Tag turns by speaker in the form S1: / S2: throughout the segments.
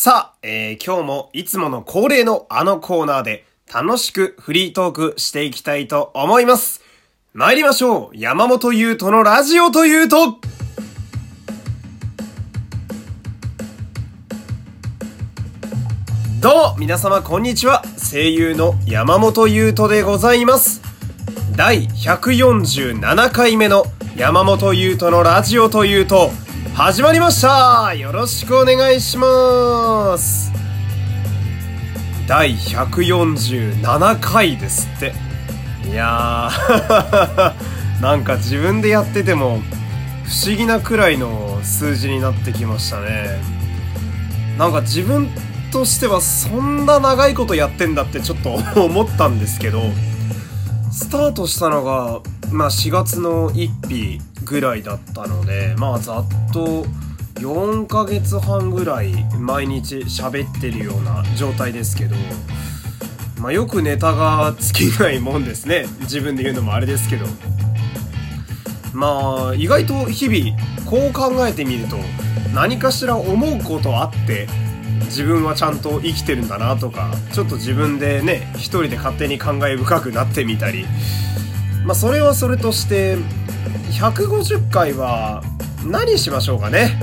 S1: 今日もいつもの恒例のあのコーナーで楽しくフリートークしていきたいと思います。参りましょう。山本優斗のラジオというと。どうも皆様こんにちは。声優の山本優斗でございます。第147回目の山本優斗のラジオというと始まりました。よろしくお願いします。第147回ですって。いやーなんか自分でやってても不思議なくらいの数字になってきましたね。なんか自分としてはそんな長いことやってんだってちょっと思ったんですけど、スタートしたのが4月の1日ぐらいだったので、ざっと4ヶ月半ぐらい毎日喋ってるような状態ですけど、よくネタが尽きないもんですね。自分で言うのもあれですけど、意外と日々こう考えてみると何かしら思うことあって自分はちゃんと生きてるんだなとか、ちょっと自分でね一人で勝手に感慨深くなってみたり、それはそれとして150回は何しましょうかね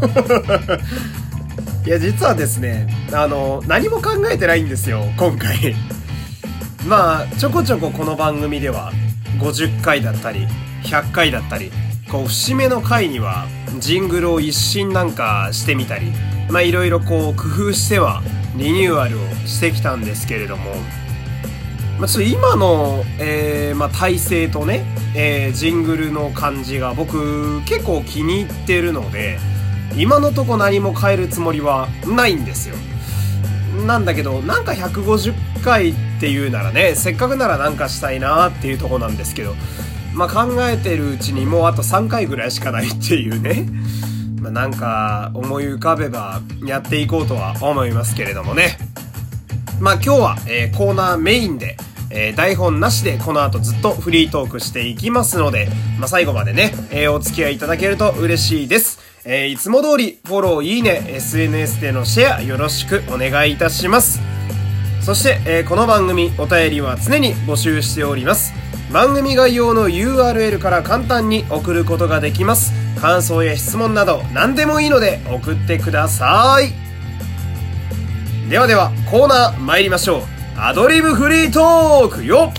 S1: いや実はですね、何も考えてないんですよ今回ちょこちょここの番組では50回だったり100回だったり、節目の回にはジングルを一新なんかしてみたり、いろいろ工夫してはリニューアルをしてきたんですけれども、ちょっと今の、体勢とね、ジングルの感じが僕結構気に入ってるので、今のとこ何も変えるつもりはないんですよ。なんだけどなんか150回っていうならね、せっかくならなんかしたいなっていうとこなんですけど、考えてるうちにもうあと3回ぐらいしかないっていうね、なんか思い浮かべばやっていこうとは思いますけれどもね。今日は、コーナーメインで、台本なしでこの後ずっとフリートークしていきますので、最後までね、お付き合いいただけると嬉しいです。いつも通りフォロー、いいね、SNS でのシェアよろしくお願いいたします。そして、この番組お便りは常に募集しております。番組概要の URL から簡単に送ることができます。感想や質問など何でもいいので送ってください。ではではコーナー参りましょう。アドリブフリートークよ。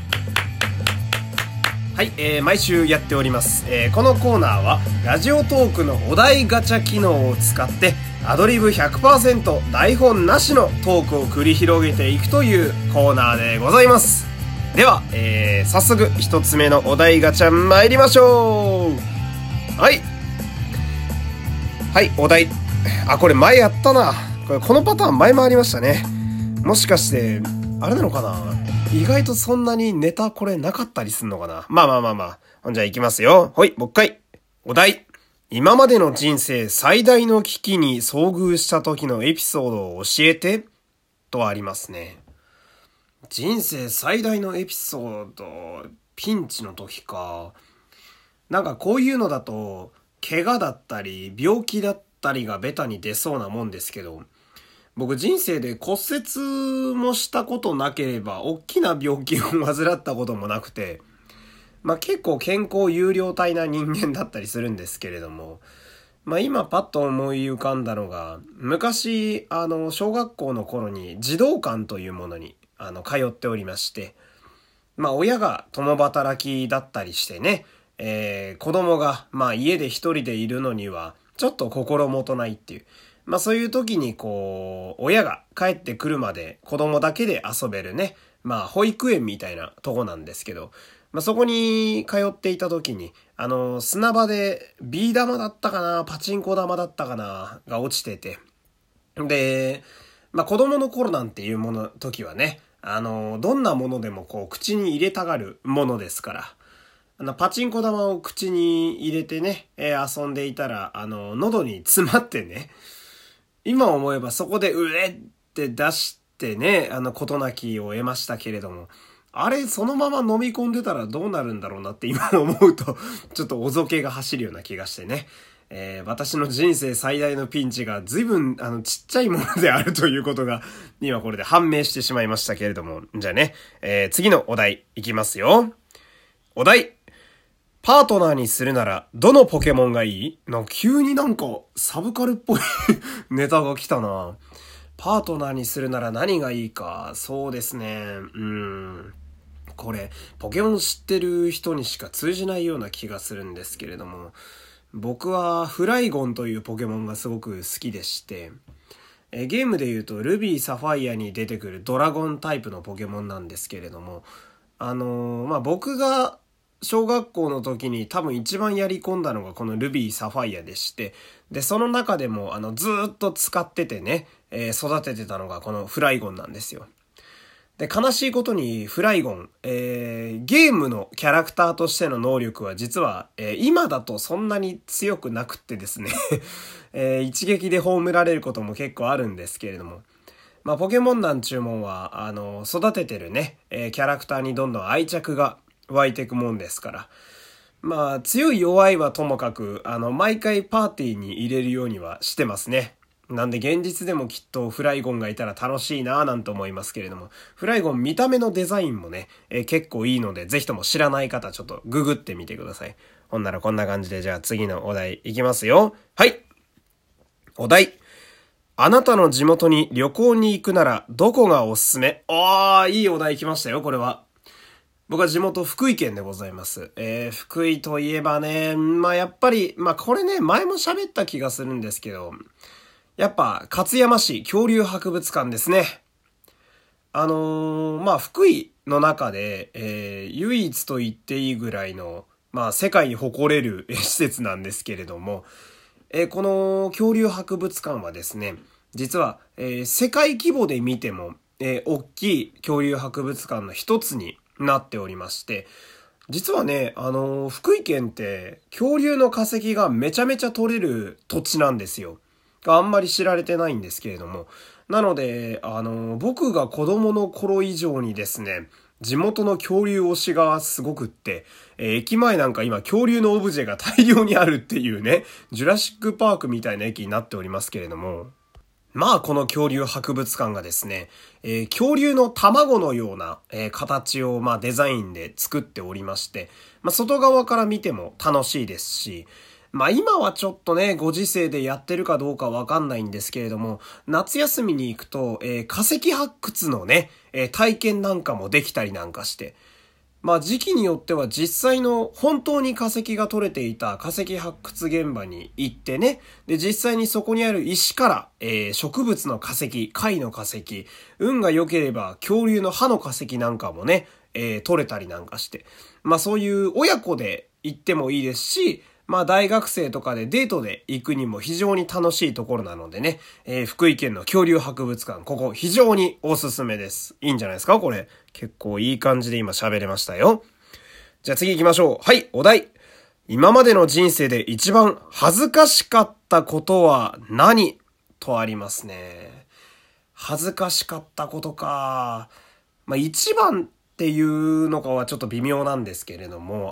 S1: はい、毎週やっております。このコーナーはラジオトークのお題ガチャ機能を使ってアドリブ 100% 台本なしのトークを繰り広げていくというコーナーでございます。では、早速一つ目のお題ガチャ参りましょう。はい、お題。これ前やったな。このパターン前もありましたね。もしかしてあれなのかな、意外とそんなにネタこれなかったりすんのかな。ほんじゃいきますよ。もう一回。お題。今までの人生最大の危機に遭遇した時のエピソードを教えてとありますね。人生最大のエピソード、ピンチの時か。なんかこういうのだと怪我だったり病気だったりがベタに出そうなもんですけど、僕人生で骨折もしたことなければ大きな病気を患ったこともなくて、結構健康優良体な人間だったりするんですけれども、今パッと思い浮かんだのが、昔小学校の頃に児童館というものに通っておりまして、親が共働きだったりしてね、子供が家で一人でいるのにはちょっと心もとないっていう、そういう時に親が帰ってくるまで子供だけで遊べるね、保育園みたいなとこなんですけど、そこに通っていた時に砂場でビー玉だったかな、パチンコ玉だったかなが落ちてて、で子供の頃なんていう時はね、どんなものでも口に入れたがるものですから、パチンコ玉を口に入れてね、遊んでいたら喉に詰まってね、今思えばそこでうえって出してね、事なきを得ましたけれども、あれそのまま飲み込んでたらどうなるんだろうなって今思うとちょっとおぞけが走るような気がしてね、 私の人生最大のピンチが随分ちっちゃいものであるということが今これで判明してしまいましたけれども、じゃあね、次のお題いきますよ。お題。パートナーにするならどのポケモンがいい？急になんかサブカルっぽいネタが来たな。パートナーにするなら何がいいか。そうですね。これポケモン知ってる人にしか通じないような気がするんですけれども、僕はフライゴンというポケモンがすごく好きでして、ゲームで言うとルビーサファイアに出てくるドラゴンタイプのポケモンなんですけれども、僕が小学校の時に多分一番やり込んだのがこのルビーサファイアでして、でその中でもずーっと使っててね、育ててたのがこのフライゴンなんですよ。で悲しいことにフライゴン、ゲームのキャラクターとしての能力は実は、今だとそんなに強くなくってですね、一撃で葬られることも結構あるんですけれども、ポケモンなんちゅうもんは育ててるね、キャラクターにどんどん愛着が湧いていくもんですから、強い弱いはともかく毎回パーティーに入れるようにはしてますね。なんで現実でもきっとフライゴンがいたら楽しいなぁなんて思いますけれども、フライゴン見た目のデザインもね、結構いいので、ぜひとも知らない方ちょっとググってみてください。ほんならこんな感じで、じゃあ次のお題いきますよ。はい。お題。あなたの地元に旅行に行くならどこがおすすめ？いいお題来ましたよ、これは。僕は地元福井県でございます。福井といえばね、やっぱり、これね、前も喋った気がするんですけど、やっぱ勝山市恐竜博物館ですね。福井の中で、唯一と言っていいぐらいの、世界に誇れる施設なんですけれども、この恐竜博物館はですね、実は、世界規模で見ても、大きい恐竜博物館の一つになっておりまして、実はね、福井県って恐竜の化石がめちゃめちゃ取れる土地なんですよ。あんまり知られてないんですけれども。なので、僕が子供の頃以上にですね、地元の恐竜推しがすごくって、駅前なんか今恐竜のオブジェが大量にあるっていうね、ジュラシックパークみたいな駅になっておりますけれども、この恐竜博物館がですね、恐竜の卵のような、形をデザインで作っておりまして、外側から見ても楽しいですし、今はちょっとね、ご時世でやってるかどうかわかんないんですけれども、夏休みに行くと、化石発掘のね、体験なんかもできたりなんかして、時期によっては実際の本当に化石が取れていた化石発掘現場に行ってね、で、実際にそこにある石から、植物の化石、貝の化石、運が良ければ恐竜の歯の化石なんかもね、取れたりなんかして、そういう親子で行ってもいいですし、大学生とかでデートで行くにも非常に楽しいところなのでね、福井県の恐竜博物館、ここ非常におすすめです。いいんじゃないですかこれ。結構いい感じで今喋れましたよ。じゃあ次行きましょう。はい、お題。今までの人生で一番恥ずかしかったことは何？とありますね。恥ずかしかったことか。一番っていうのかはちょっと微妙なんですけれども、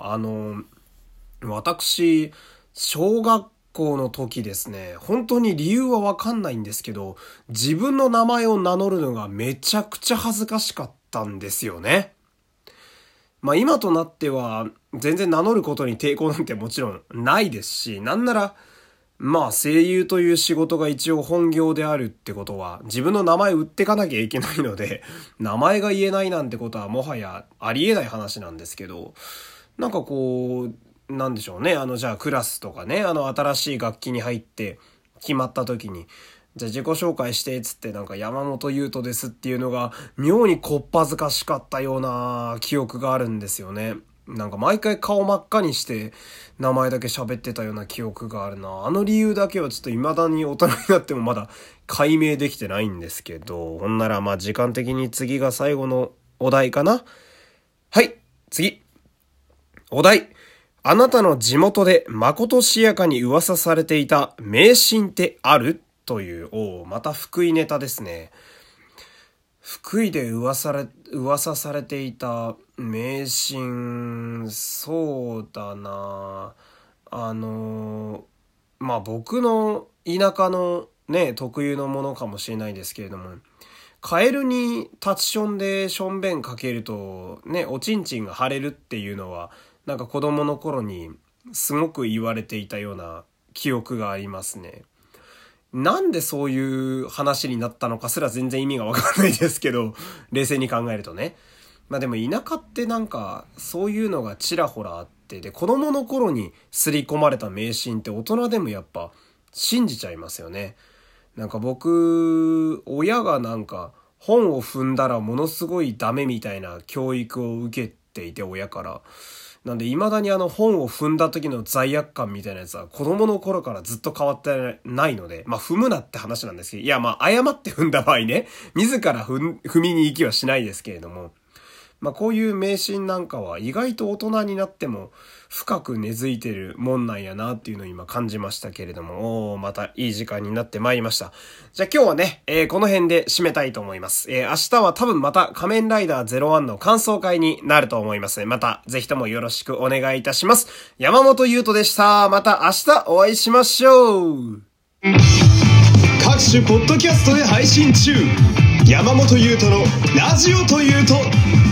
S1: 私、小学校の時ですね、本当に理由はわかんないんですけど、自分の名前を名乗るのがめちゃくちゃ恥ずかしかったんですよね。今となっては全然名乗ることに抵抗なんてもちろんないですし、なんなら声優という仕事が一応本業であるってことは自分の名前売ってかなきゃいけないので、名前が言えないなんてことはもはやありえない話なんですけど、なんかこう、なんでしょうね。じゃあクラスとかね、新しい楽器に入って決まった時に、じゃあ自己紹介して、つってなんか山本優斗ですっていうのが、妙にこっぱずかしかったような記憶があるんですよね。なんか毎回顔真っ赤にして名前だけ喋ってたような記憶があるな。あの理由だけはちょっと未だに大人になってもまだ解明できてないんですけど、ほんなら時間的に次が最後のお題かな。はい、次。お題。あなたの地元でまことしやかに噂されていた迷信ってある？という、また福井ネタですね。福井で噂されていた迷信、そうだな。 まあ僕の田舎のね、特有のものかもしれないですけれども、カエルにタチションでションベンかけるとね、おちんちんが腫れるっていうのは、なんか子供の頃にすごく言われていたような記憶がありますね。なんでそういう話になったのかすら全然意味がわかんないですけど、冷静に考えるとね。まあでも田舎ってなんかそういうのがちらほらあって、で子供の頃に刷り込まれた迷信って大人でもやっぱ信じちゃいますよね。なんか僕、親がなんか本を踏んだらものすごいダメみたいな教育を受けていて、親から。なんで未だに本を踏んだ時の罪悪感みたいなやつは子供の頃からずっと変わってないので、まあ踏むなって話なんですけど、いやまあ誤って踏んだ場合ね、自ら踏みに行きはしないですけれども、まあこういう迷信なんかは意外と大人になっても深く根付いてるもんなんやなっていうのを今感じましたけれども、またいい時間になってまいりました。じゃあ今日はね、この辺で締めたいと思います。明日は多分また仮面ライダー01の感想会になると思います。またぜひともよろしくお願いいたします。山本優斗でした。また明日お会いしましょう。
S2: 各種ポッドキャストで配信中。山本優斗のラジオというと。